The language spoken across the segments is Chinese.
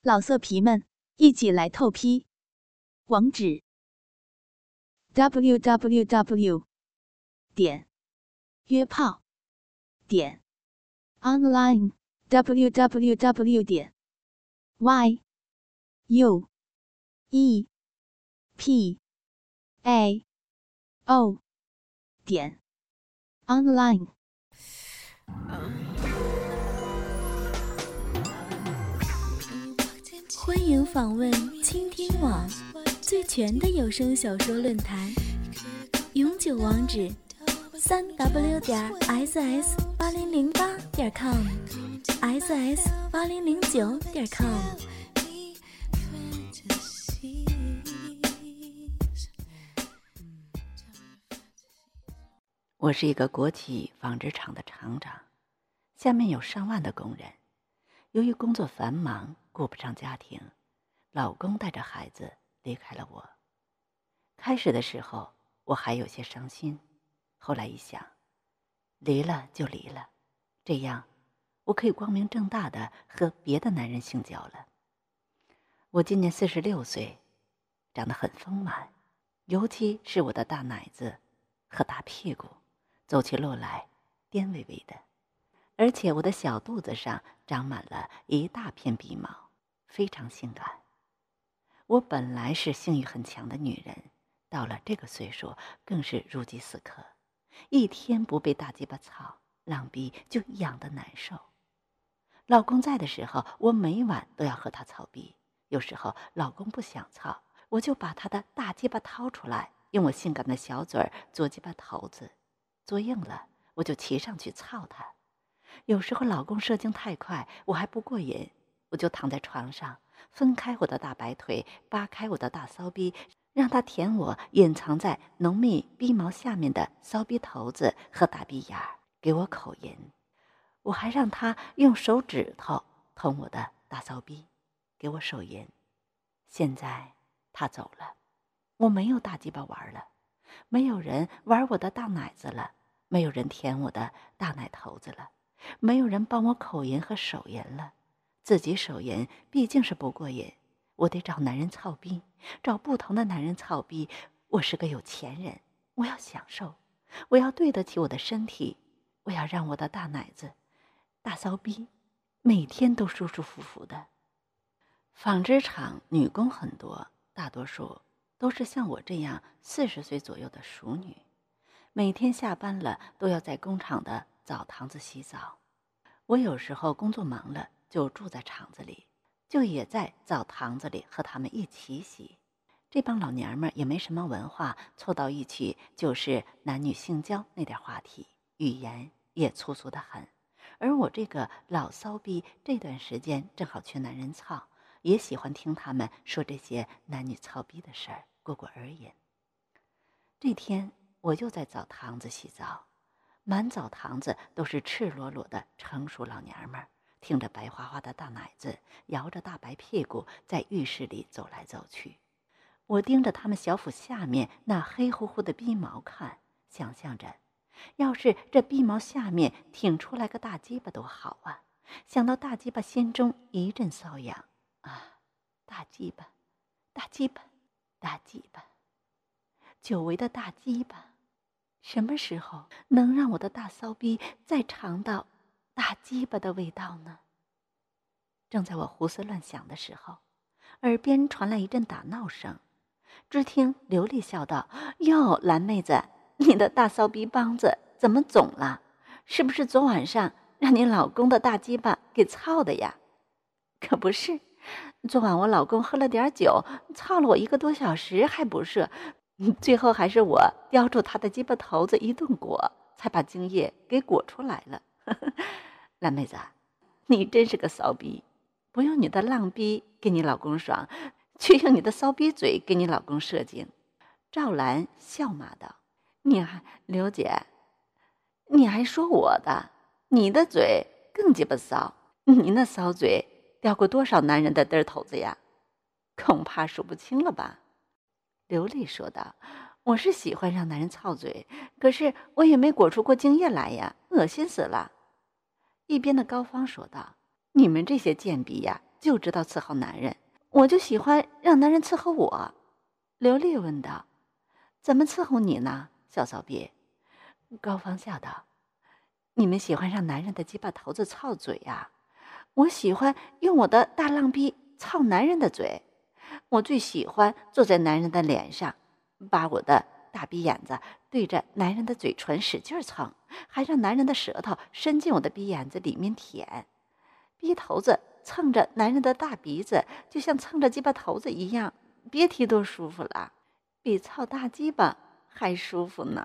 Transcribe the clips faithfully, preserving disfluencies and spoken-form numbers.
老色皮们，一起来透批！网址 ：double u double u double u 点约炮点 online w w w 点 y u e p a o 点 online。 欢迎访问倾听网最全的有声小说论坛，永久网址三 w 点 s s 八零零八点 com s s 八零零九点 com。 我是一个国企纺织厂的厂长，下面有上万的工人。由于工作繁忙，顾不上家庭，老公带着孩子离开了我。开始的时候我还有些伤心，后来一想，离了就离了，这样我可以光明正大的和别的男人性交了。我今年四十六岁，长得很丰满，尤其是我的大奶子和大屁股，走起路来颠微微的，而且我的小肚子上长满了一大片鼻毛，非常性感。我本来是性欲很强的女人，到了这个岁数更是如饥似渴，一天不被大鸡巴操，浪逼就痒得难受。老公在的时候，我每晚都要和他操逼，有时候老公不想操，我就把他的大鸡巴掏出来，用我性感的小嘴儿做鸡巴头子，做硬了我就骑上去操他。有时候老公射精太快，我还不过瘾，我就躺在床上，分开我的大白腿，扒开我的大骚逼，让他舔我隐藏在浓密逼毛下面的骚逼头子和大逼眼儿，给我口淫。我还让他用手指头捅我的大骚逼，给我手淫。现在他走了，我没有大鸡巴玩了，没有人玩我的大奶子了，没有人舔我的大奶头子了，没有人帮我口淫和手淫了。自己手淫毕竟是不过瘾，我得找男人操逼，找不同的男人操逼。我是个有钱人，我要享受，我要对得起我的身体，我要让我的大奶子大骚逼每天都舒舒服服的。纺织厂女工很多，大多数都是像我这样四十岁左右的熟女，每天下班了都要在工厂的澡堂子洗澡。我有时候工作忙了，就住在厂子里，就也在澡堂子里和他们一起洗。这帮老娘们也没什么文化，凑到一起就是男女性交那点话题，语言也粗俗得很。而我这个老骚逼这段时间正好缺男人操，也喜欢听他们说这些男女操逼的事儿，过过耳瘾。这天我又在澡堂子洗澡，满澡堂子都是赤裸裸的成熟老娘们，挺着白花花的大奶子，摇着大白屁股在浴室里走来走去。我盯着他们小腹下面那黑乎乎的逼毛看，想象着要是这逼毛下面挺出来个大鸡巴多好啊！想到大鸡巴，心中一阵瘙痒啊！大鸡巴，大鸡巴，大鸡巴，久违的大鸡巴，什么时候能让我的大骚逼再尝到大鸡巴的味道呢？正在我胡思乱想的时候，耳边传来一阵打闹声。只听刘丽笑道：“哟，蓝妹子，你的大骚逼帮子怎么肿了？是不是昨晚上让你老公的大鸡巴给操的呀？”“可不是，昨晚我老公喝了点酒，操了我一个多小时还不射，最后还是我叼住他的鸡巴头子一顿裹，才把精液给裹出来了。”“蓝妹子，你真是个骚逼，不用你的浪逼给你老公爽，却用你的骚逼嘴给你老公射精。”赵兰笑骂道：“你还刘姐，你还说我的？你的嘴更鸡巴骚，你那骚嘴叼过多少男人的嘚头子呀？恐怕数不清了吧？”刘丽说道：“我是喜欢让男人操嘴，可是我也没裹出过精液来呀，恶心死了。”一边的高芳说道：“你们这些贱逼呀， 就知道伺候男人，我就喜欢让男人伺候我。刘丽问道：怎么伺候你呢，小骚逼？高芳笑道：你们喜欢让男人的鸡巴头子操嘴呀、啊，我喜欢用我的大浪逼操男人的嘴。我最喜欢坐在男人的脸上，把我的大逼眼子对着男人的嘴唇使劲蹭，还让男人的舌头伸进我的逼眼子里面舔。逼头子蹭着男人的大鼻子，就像蹭着鸡巴头子一样，别提多舒服了，比操大鸡巴还舒服呢。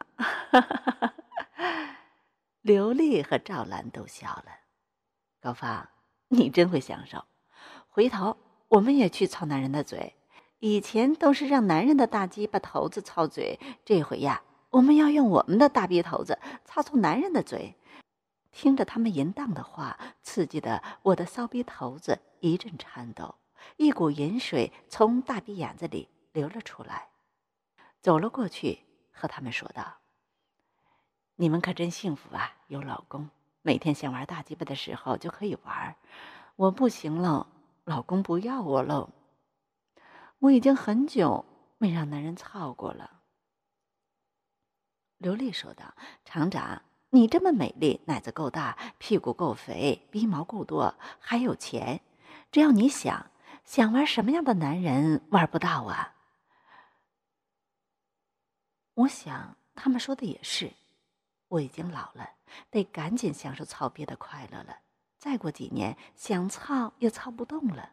刘丽和赵兰都笑了。高芳，你真会享受，回头我们也去操男人的嘴。以前都是让男人的大鸡巴头子操嘴，这回呀，我们要用我们的大逼头子操操男人的嘴。听着他们淫荡的话，刺激的我的骚逼头子一阵颤抖，一股淫水从大逼眼子里流了出来。走了过去，和他们说道：你们可真幸福啊，有老公，每天想玩大鸡巴的时候就可以玩。我不行了，老公不要我喽。我已经很久没让男人操过了。刘丽说道：厂长，你这么美丽，奶子够大，屁股够肥，逼毛够多，还有钱，只要你想，想玩什么样的男人玩不到啊？我想他们说的也是，我已经老了，得赶紧享受操憋的快乐了，再过几年想操也操不动了。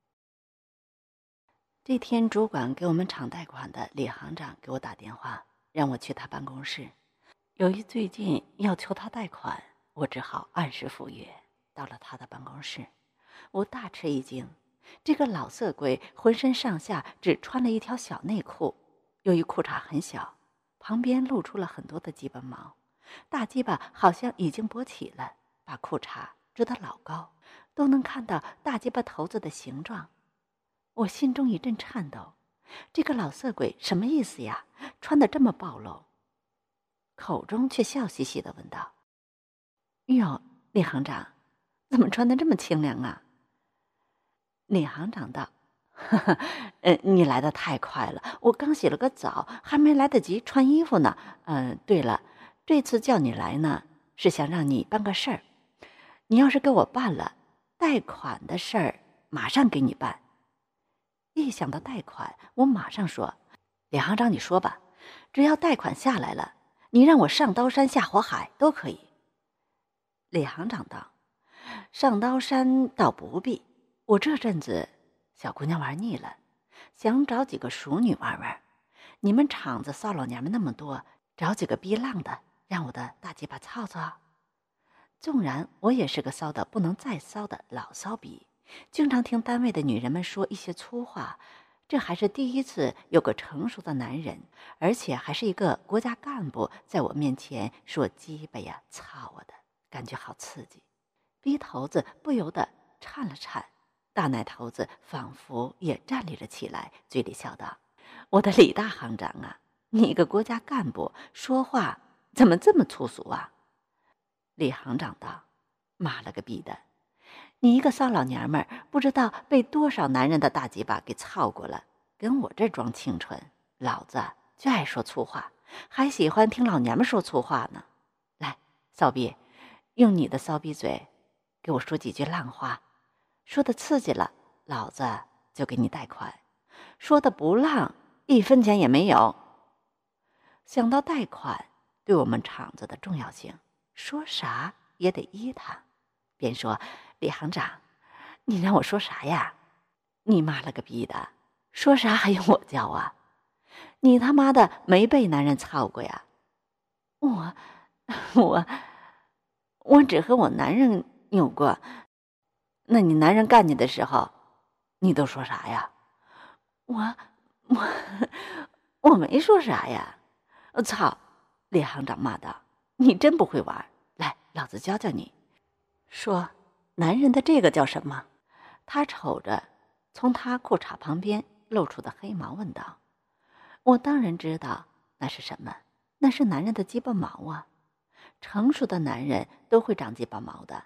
这天主管给我们厂贷款的李行长给我打电话，让我去他办公室。由于最近要求他贷款，我只好按时赴约。到了他的办公室，我大吃一惊，这个老色鬼浑身上下只穿了一条小内裤，由于裤衩很小，旁边露出了很多的鸡巴毛，大鸡巴好像已经勃起了，把裤衩支得老高，都能看到大鸡巴头子的形状。我心中一阵颤抖，这个老色鬼什么意思呀？穿得这么暴露，口中却笑嘻嘻地问道：哟，李行长，怎么穿得这么清凉啊？李行长道：呵呵，呃，你来得太快了，我刚洗了个澡，还没来得及穿衣服呢。嗯、呃，对了，这次叫你来呢，是想让你办个事儿。你要是给我办了贷款的事儿，马上给你办。一想到贷款，我马上说：李行长，你说吧，只要贷款下来了，你让我上刀山下火海都可以。李行长道：上刀山倒不必，我这阵子小姑娘玩腻了，想找几个熟女玩玩。你们厂子骚老娘们那么多，找几个逼浪的，让我的大鸡巴操操。纵然我也是个骚的不能再骚的老骚逼，经常听单位的女人们说一些粗话，这还是第一次有个成熟的男人，而且还是一个国家干部，在我面前说鸡巴呀操我的，感觉好刺激。逼头子不由得颤了颤，大奶头子仿佛也站立了起来，嘴里笑道：我的李大行长啊，你一个国家干部说话怎么这么粗俗啊？李行长道：妈了个逼的，你一个骚老娘们儿，不知道被多少男人的大鸡巴给操过了，跟我这装清纯，老子就爱说粗话，还喜欢听老娘们说粗话呢。来，骚逼，用你的骚逼嘴给我说几句浪话，说的刺激了，老子就给你贷款；说的不浪，一分钱也没有。想到贷款对我们厂子的重要性，说啥也得依他，便说：李行长，你让我说啥呀？你妈了个逼的，说啥还用我教啊？你他妈的没被男人操过呀？我我我只和我男人有过。那你男人干你的时候，你都说啥呀？我我我没说啥呀！我操！李行长骂道：你真不会玩，来，老子教教你。说男人的这个叫什么？他瞅着从他裤衩旁边露出的黑毛问道。我当然知道那是什么，那是男人的鸡巴毛啊。成熟的男人都会长鸡巴毛的，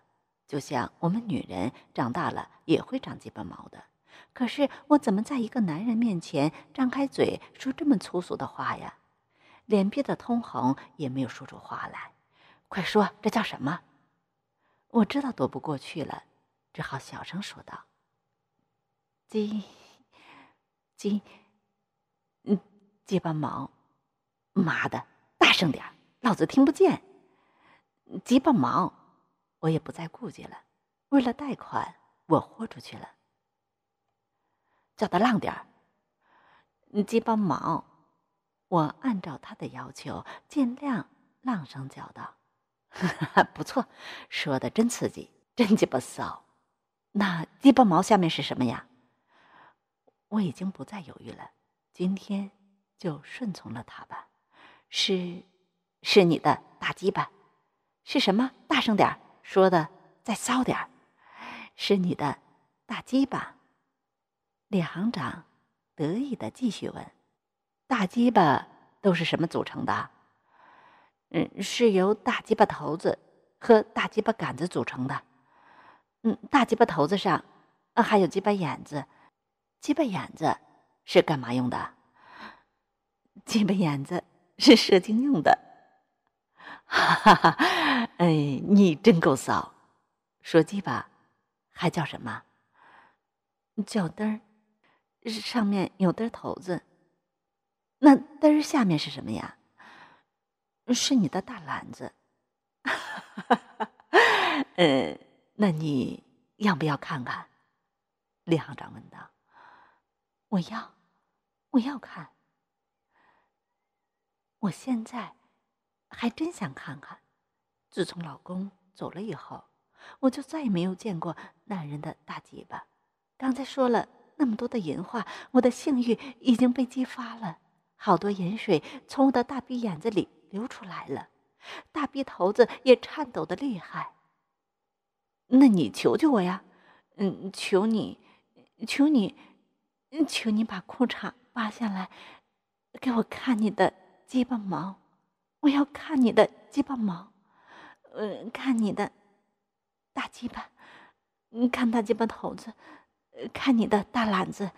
就像我们女人长大了也会长鸡巴毛的。可是我怎么在一个男人面前张开嘴说这么粗俗的话呀？脸憋得通红，也没有说出话来。快说，这叫什么？我知道躲不过去了，只好小声说道：鸡鸡嗯鸡巴毛。妈的，大声点，老子听不见。鸡巴毛。我也不再顾忌了，为了贷款，我豁出去了。叫他浪点儿。鸡巴毛。我按照他的要求尽量浪声叫道：不错，说的真刺激，真鸡巴骚。那鸡巴毛下面是什么呀？我已经不再犹豫了，今天就顺从了他吧。是是你的大鸡巴。是什么？大声点，说的再骚点。是你的大鸡巴。李行长得意地继续问：大鸡巴都是什么组成的？嗯，是由大鸡巴头子和大鸡巴杆子组成的。嗯，大鸡巴头子上还有鸡巴眼子。鸡巴眼子是干嘛用的？鸡巴眼子是射精用的。哈哈哈！哎，你真够骚。说鸡巴还叫什么？叫嘚儿，上面有嘚儿头子。那嘚儿下面是什么呀？是你的大篮子。呃，那你要不要看看？李行长问道。我要，我要看。我现在还真想看看。自从老公走了以后，我就再也没有见过男人的大鸡巴。刚才说了那么多的淫话，我的性欲已经被激发了，好多盐水从我的大逼眼子里流出来了，大逼头子也颤抖得厉害。那你求求我呀，嗯，求你，求你，求你把裤衩扒下来，给我看你的鸡巴毛，我要看你的鸡巴毛，呃，看你的大鸡巴，看大鸡巴头子，看你的大篮子。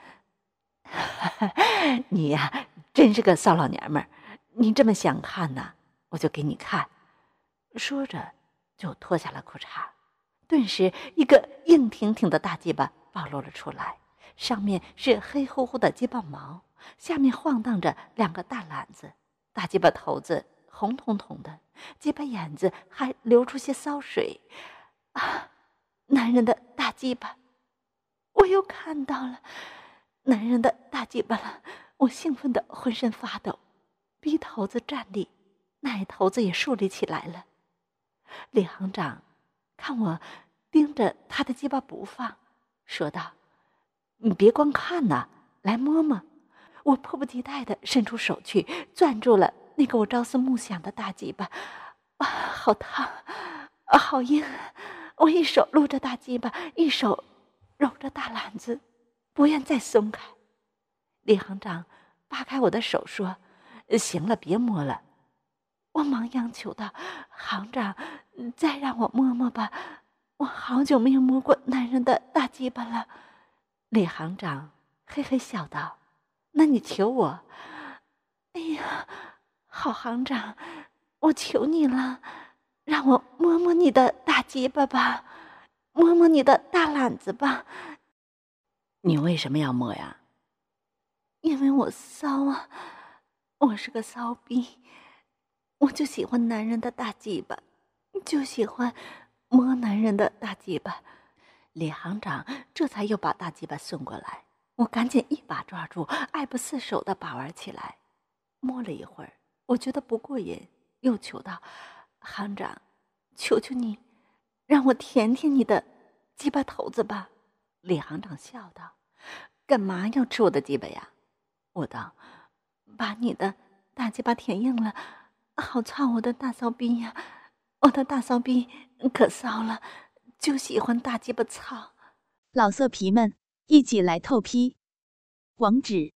你呀，真是个骚老娘们儿，你这么想看呢，我就给你看。说着就脱下了裤衩，顿时一个硬挺挺的大鸡巴暴露了出来，上面是黑乎乎的鸡巴毛，下面晃荡着两个大篮子，大鸡巴头子红彤彤的，鸡巴眼子还流出些骚水。啊，男人的大鸡巴，我又看到了男人的大鸡巴了，我兴奋得浑身发抖，逼头子站立，奶头子也竖立起来了。李行长看我盯着他的鸡巴不放，说道：你别光看呐，来摸摸。我迫不及待地伸出手去，攥住了那个我朝思暮想的大鸡巴。啊，好烫，啊，好硬！我一手撸着大鸡巴，一手揉着大篮子，不愿再松开。李行长扒开我的手说：行了，别摸了。我忙央求道：行长，再让我摸摸吧，我好久没有摸过男人的大鸡巴了。李行长嘿嘿笑道：那你求我。哎呀，好行长，我求你了，让我摸摸你的大鸡巴吧，摸摸你的大篮子吧。你为什么要摸呀？因为我骚啊，我是个骚逼，我就喜欢男人的大鸡巴，就喜欢摸男人的大鸡巴。李行长这才又把大鸡巴送过来，我赶紧一把抓住，爱不释手地把玩起来。摸了一会儿，我觉得不过瘾，又求道：行长，求求你，让我舔舔你的鸡巴头子吧。李行长笑道：干嘛要吃我的鸡巴呀？我道：把你的大鸡巴舔硬了，好操我的大骚逼呀！我的大骚逼可骚了，就喜欢大鸡巴操。 老色皮们，一起来透批！网址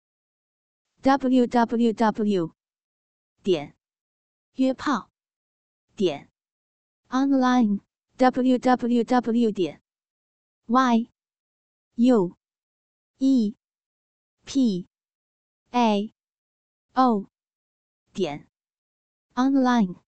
：double u double u double u 点约炮点 online。 www 点 y u e p a o 点 online。